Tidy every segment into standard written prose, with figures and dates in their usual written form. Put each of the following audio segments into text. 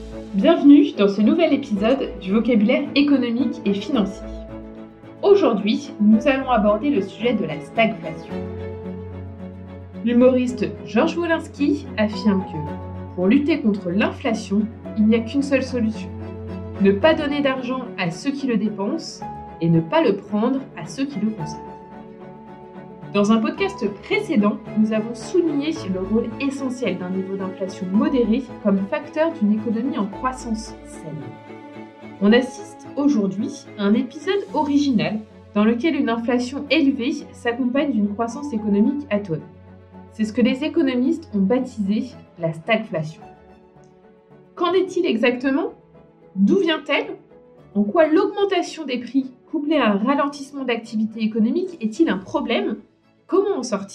Bienvenue dans ce nouvel épisode du vocabulaire économique et financier. Aujourd'hui, nous allons aborder le sujet de la stagflation. L'humoriste Georges Wolinski affirme que pour lutter contre l'inflation, il n'y a qu'une seule solution. Ne pas donner d'argent à ceux qui le dépensent et ne pas le prendre à ceux qui le conservent. Dans un podcast précédent, nous avons souligné le rôle essentiel d'un niveau d'inflation modéré comme facteur d'une économie en croissance saine. On assiste aujourd'hui à un épisode original dans lequel une inflation élevée s'accompagne d'une croissance économique atone. C'est ce que les économistes ont baptisé la stagflation. Qu'en est-il exactement ? D'où vient-elle ? En quoi l'augmentation des prix couplée à un ralentissement d'activité économique est-il un problème ? Comment en sortir ?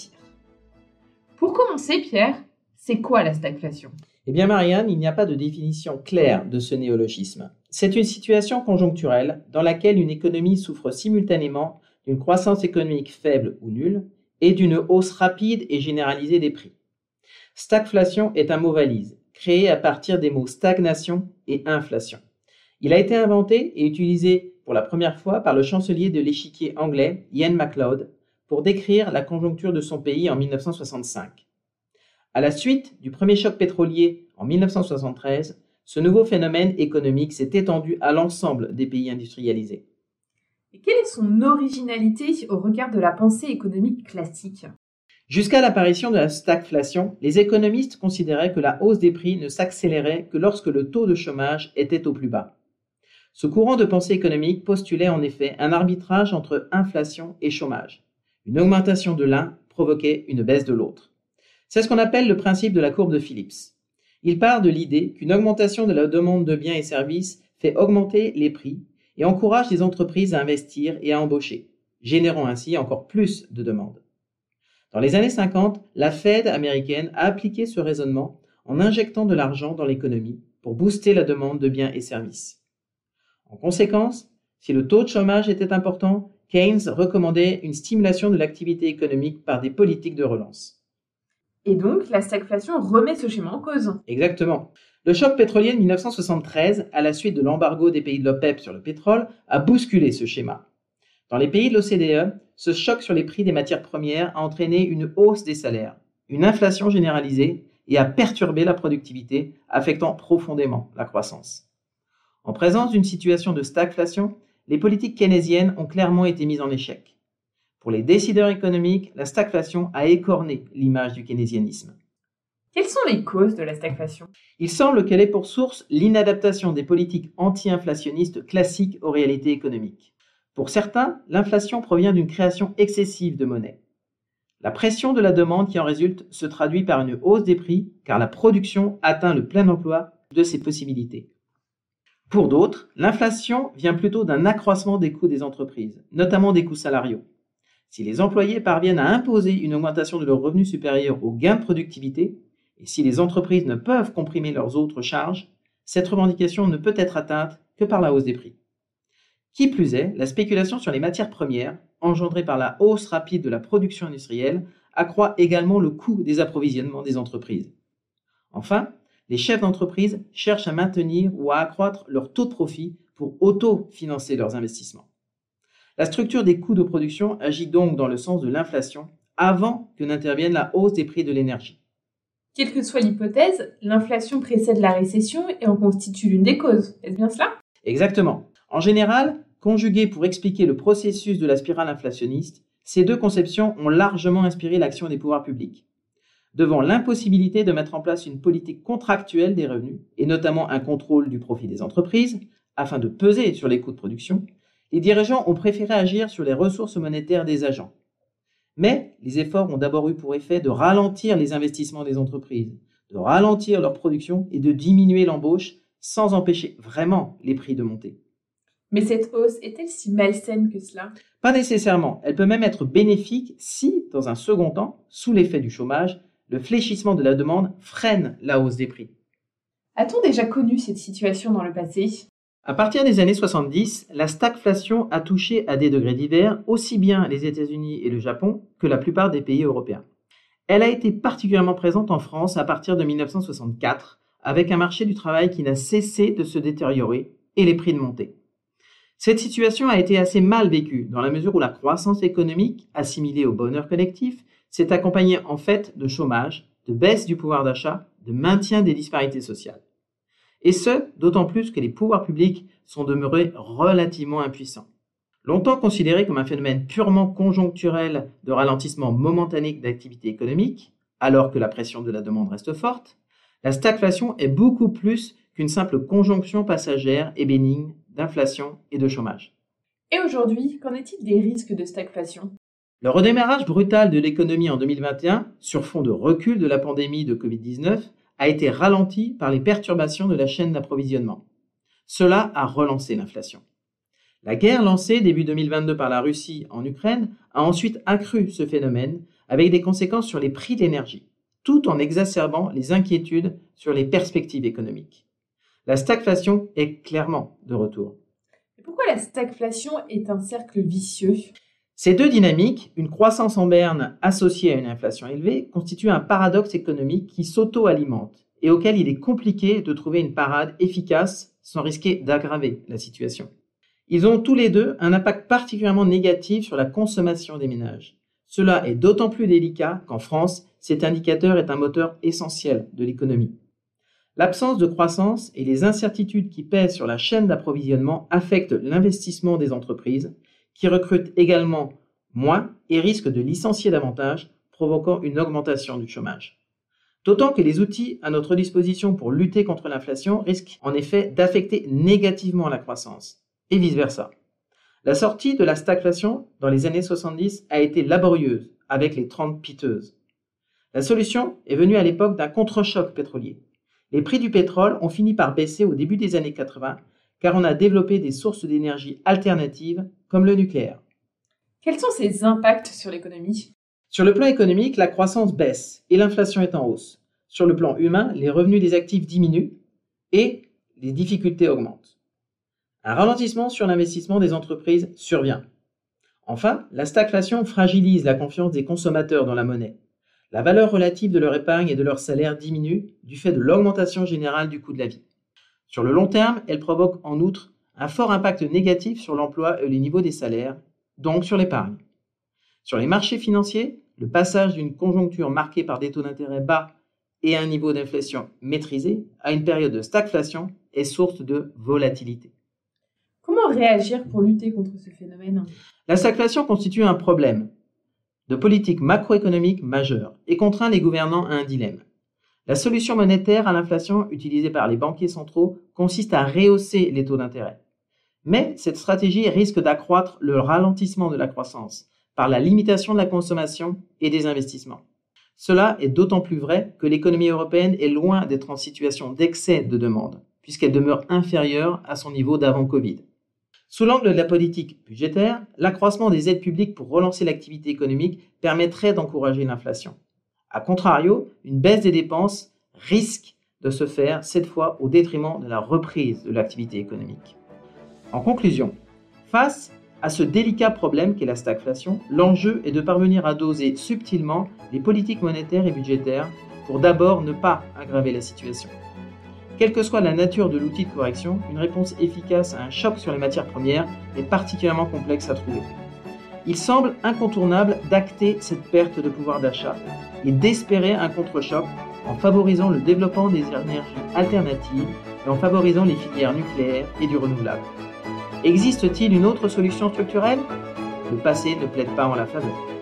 Pour commencer, Pierre, c'est quoi la stagflation ? Eh bien Marianne, il n'y a pas de définition claire de ce néologisme. C'est une situation conjoncturelle dans laquelle une économie souffre simultanément d'une croissance économique faible ou nulle et d'une hausse rapide et généralisée des prix. Stagflation est un mot valise, créé à partir des mots stagnation et inflation. Il a été inventé et utilisé pour la première fois par le chancelier de l'échiquier anglais, Ian MacLeod, pour décrire la conjoncture de son pays en 1965. À la suite du premier choc pétrolier en 1973, ce nouveau phénomène économique s'est étendu à l'ensemble des pays industrialisés. Et quelle est son originalité au regard de la pensée économique classique ? Jusqu'à l'apparition de la stagflation, les économistes considéraient que la hausse des prix ne s'accélérait que lorsque le taux de chômage était au plus bas. Ce courant de pensée économique postulait en effet un arbitrage entre inflation et chômage. Une augmentation de l'un provoquait une baisse de l'autre. C'est ce qu'on appelle le principe de la courbe de Phillips. Il part de l'idée qu'une augmentation de la demande de biens et services fait augmenter les prix et encourage les entreprises à investir et à embaucher, générant ainsi encore plus de demandes. Dans les années 50, la Fed américaine a appliqué ce raisonnement en injectant de l'argent dans l'économie pour booster la demande de biens et services. En conséquence, si le taux de chômage était important, Keynes recommandait une stimulation de l'activité économique par des politiques de relance. Et donc, la stagflation remet ce schéma en cause. Exactement. Le choc pétrolier de 1973, à la suite de l'embargo des pays de l'OPEP sur le pétrole, a bousculé ce schéma. Dans les pays de l'OCDE, ce choc sur les prix des matières premières a entraîné une hausse des salaires, une inflation généralisée et a perturbé la productivité, affectant profondément la croissance. En présence d'une situation de stagflation, les politiques keynésiennes ont clairement été mises en échec. Pour les décideurs économiques, la stagflation a écorné l'image du keynésianisme. Quelles sont les causes de la stagflation ? Il semble qu'elle ait pour source l'inadaptation des politiques anti-inflationnistes classiques aux réalités économiques. Pour certains, l'inflation provient d'une création excessive de monnaie. La pression de la demande qui en résulte se traduit par une hausse des prix car la production atteint le plein emploi de ses possibilités. Pour d'autres, l'inflation vient plutôt d'un accroissement des coûts des entreprises, notamment des coûts salariaux. Si les employés parviennent à imposer une augmentation de leurs revenus supérieurs aux gains de productivité, et si les entreprises ne peuvent comprimer leurs autres charges, cette revendication ne peut être atteinte que par la hausse des prix. Qui plus est, la spéculation sur les matières premières, engendrée par la hausse rapide de la production industrielle, accroît également le coût des approvisionnements des entreprises. Enfin, les chefs d'entreprise cherchent à maintenir ou à accroître leur taux de profit pour auto-financer leurs investissements. La structure des coûts de production agit donc dans le sens de l'inflation avant que n'intervienne la hausse des prix de l'énergie. Quelle que soit l'hypothèse, l'inflation précède la récession et en constitue l'une des causes. Est-ce bien cela ? Exactement. En général, conjuguées pour expliquer le processus de la spirale inflationniste, ces deux conceptions ont largement inspiré l'action des pouvoirs publics. Devant l'impossibilité de mettre en place une politique contractuelle des revenus, et notamment un contrôle du profit des entreprises, afin de peser sur les coûts de production, les dirigeants ont préféré agir sur les ressources monétaires des agents. Mais les efforts ont d'abord eu pour effet de ralentir les investissements des entreprises, de ralentir leur production et de diminuer l'embauche sans empêcher vraiment les prix de monter. Mais cette hausse est-elle si malsaine que cela ? Pas nécessairement. Elle peut même être bénéfique si, dans un second temps, sous l'effet du chômage, le fléchissement de la demande freine la hausse des prix. A-t-on déjà connu cette situation dans le passé ? À partir des années 70, la stagflation a touché à des degrés divers aussi bien les États-Unis et le Japon que la plupart des pays européens. Elle a été particulièrement présente en France à partir de 1964, avec un marché du travail qui n'a cessé de se détériorer et les prix de monter. Cette situation a été assez mal vécue dans la mesure où la croissance économique, assimilée au bonheur collectif, s'est accompagnée en fait de chômage, de baisse du pouvoir d'achat, de maintien des disparités sociales. Et ce, d'autant plus que les pouvoirs publics sont demeurés relativement impuissants. Longtemps considéré comme un phénomène purement conjoncturel de ralentissement momentané d'activité économique, alors que la pression de la demande reste forte, la stagflation est beaucoup plus qu'une simple conjonction passagère et bénigne d'inflation et de chômage. Et aujourd'hui, qu'en est-il des risques de stagflation ? Le redémarrage brutal de l'économie en 2021, sur fond de recul de la pandémie de Covid-19, a été ralenti par les perturbations de la chaîne d'approvisionnement. Cela a relancé l'inflation. La guerre lancée début 2022 par la Russie en Ukraine a ensuite accru ce phénomène avec des conséquences sur les prix de l'énergie, tout en exacerbant les inquiétudes sur les perspectives économiques. La stagflation est clairement de retour. Et pourquoi la stagflation est un cercle vicieux ? Ces deux dynamiques, une croissance en berne associée à une inflation élevée, constituent un paradoxe économique qui s'auto-alimente et auquel il est compliqué de trouver une parade efficace sans risquer d'aggraver la situation. Ils ont tous les deux un impact particulièrement négatif sur la consommation des ménages. Cela est d'autant plus délicat qu'en France, cet indicateur est un moteur essentiel de l'économie. L'absence de croissance et les incertitudes qui pèsent sur la chaîne d'approvisionnement affectent l'investissement des entreprises, qui recrutent également moins et risquent de licencier davantage, provoquant une augmentation du chômage. D'autant que les outils à notre disposition pour lutter contre l'inflation risquent en effet d'affecter négativement la croissance, et vice-versa. La sortie de la stagflation dans les années 70 a été laborieuse, avec les 30 piteuses. La solution est venue à l'époque d'un contre-choc pétrolier. Les prix du pétrole ont fini par baisser au début des années 80, car on a développé des sources d'énergie alternatives comme le nucléaire. Quels sont ses impacts sur l'économie ? Sur le plan économique, la croissance baisse et l'inflation est en hausse. Sur le plan humain, les revenus des actifs diminuent et les difficultés augmentent. Un ralentissement sur l'investissement des entreprises survient. Enfin, la stagflation fragilise la confiance des consommateurs dans la monnaie. La valeur relative de leur épargne et de leur salaire diminue du fait de l'augmentation générale du coût de la vie. Sur le long terme, elle provoque en outre un fort impact négatif sur l'emploi et les niveaux des salaires, donc sur l'épargne. Sur les marchés financiers, le passage d'une conjoncture marquée par des taux d'intérêt bas et un niveau d'inflation maîtrisé à une période de stagflation est source de volatilité. Comment réagir pour lutter contre ce phénomène ? La stagflation constitue un problème de politique macroéconomique majeure et contraint les gouvernants à un dilemme. La solution monétaire à l'inflation utilisée par les banquiers centraux consiste à rehausser les taux d'intérêt. Mais cette stratégie risque d'accroître le ralentissement de la croissance par la limitation de la consommation et des investissements. Cela est d'autant plus vrai que l'économie européenne est loin d'être en situation d'excès de demande, puisqu'elle demeure inférieure à son niveau d'avant Covid. Sous l'angle de la politique budgétaire, l'accroissement des aides publiques pour relancer l'activité économique permettrait d'encourager l'inflation. A contrario, une baisse des dépenses risque de se faire, cette fois, au détriment de la reprise de l'activité économique. En conclusion, face à ce délicat problème qu'est la stagflation, l'enjeu est de parvenir à doser subtilement les politiques monétaires et budgétaires pour d'abord ne pas aggraver la situation. Quelle que soit la nature de l'outil de correction, une réponse efficace à un choc sur les matières premières est particulièrement complexe à trouver. Il semble incontournable d'acter cette perte de pouvoir d'achat et d'espérer un contre-choc en favorisant le développement des énergies alternatives et en favorisant les filières nucléaires et du renouvelable. Existe-t-il une autre solution structurelle ? Le passé ne plaide pas en la faveur.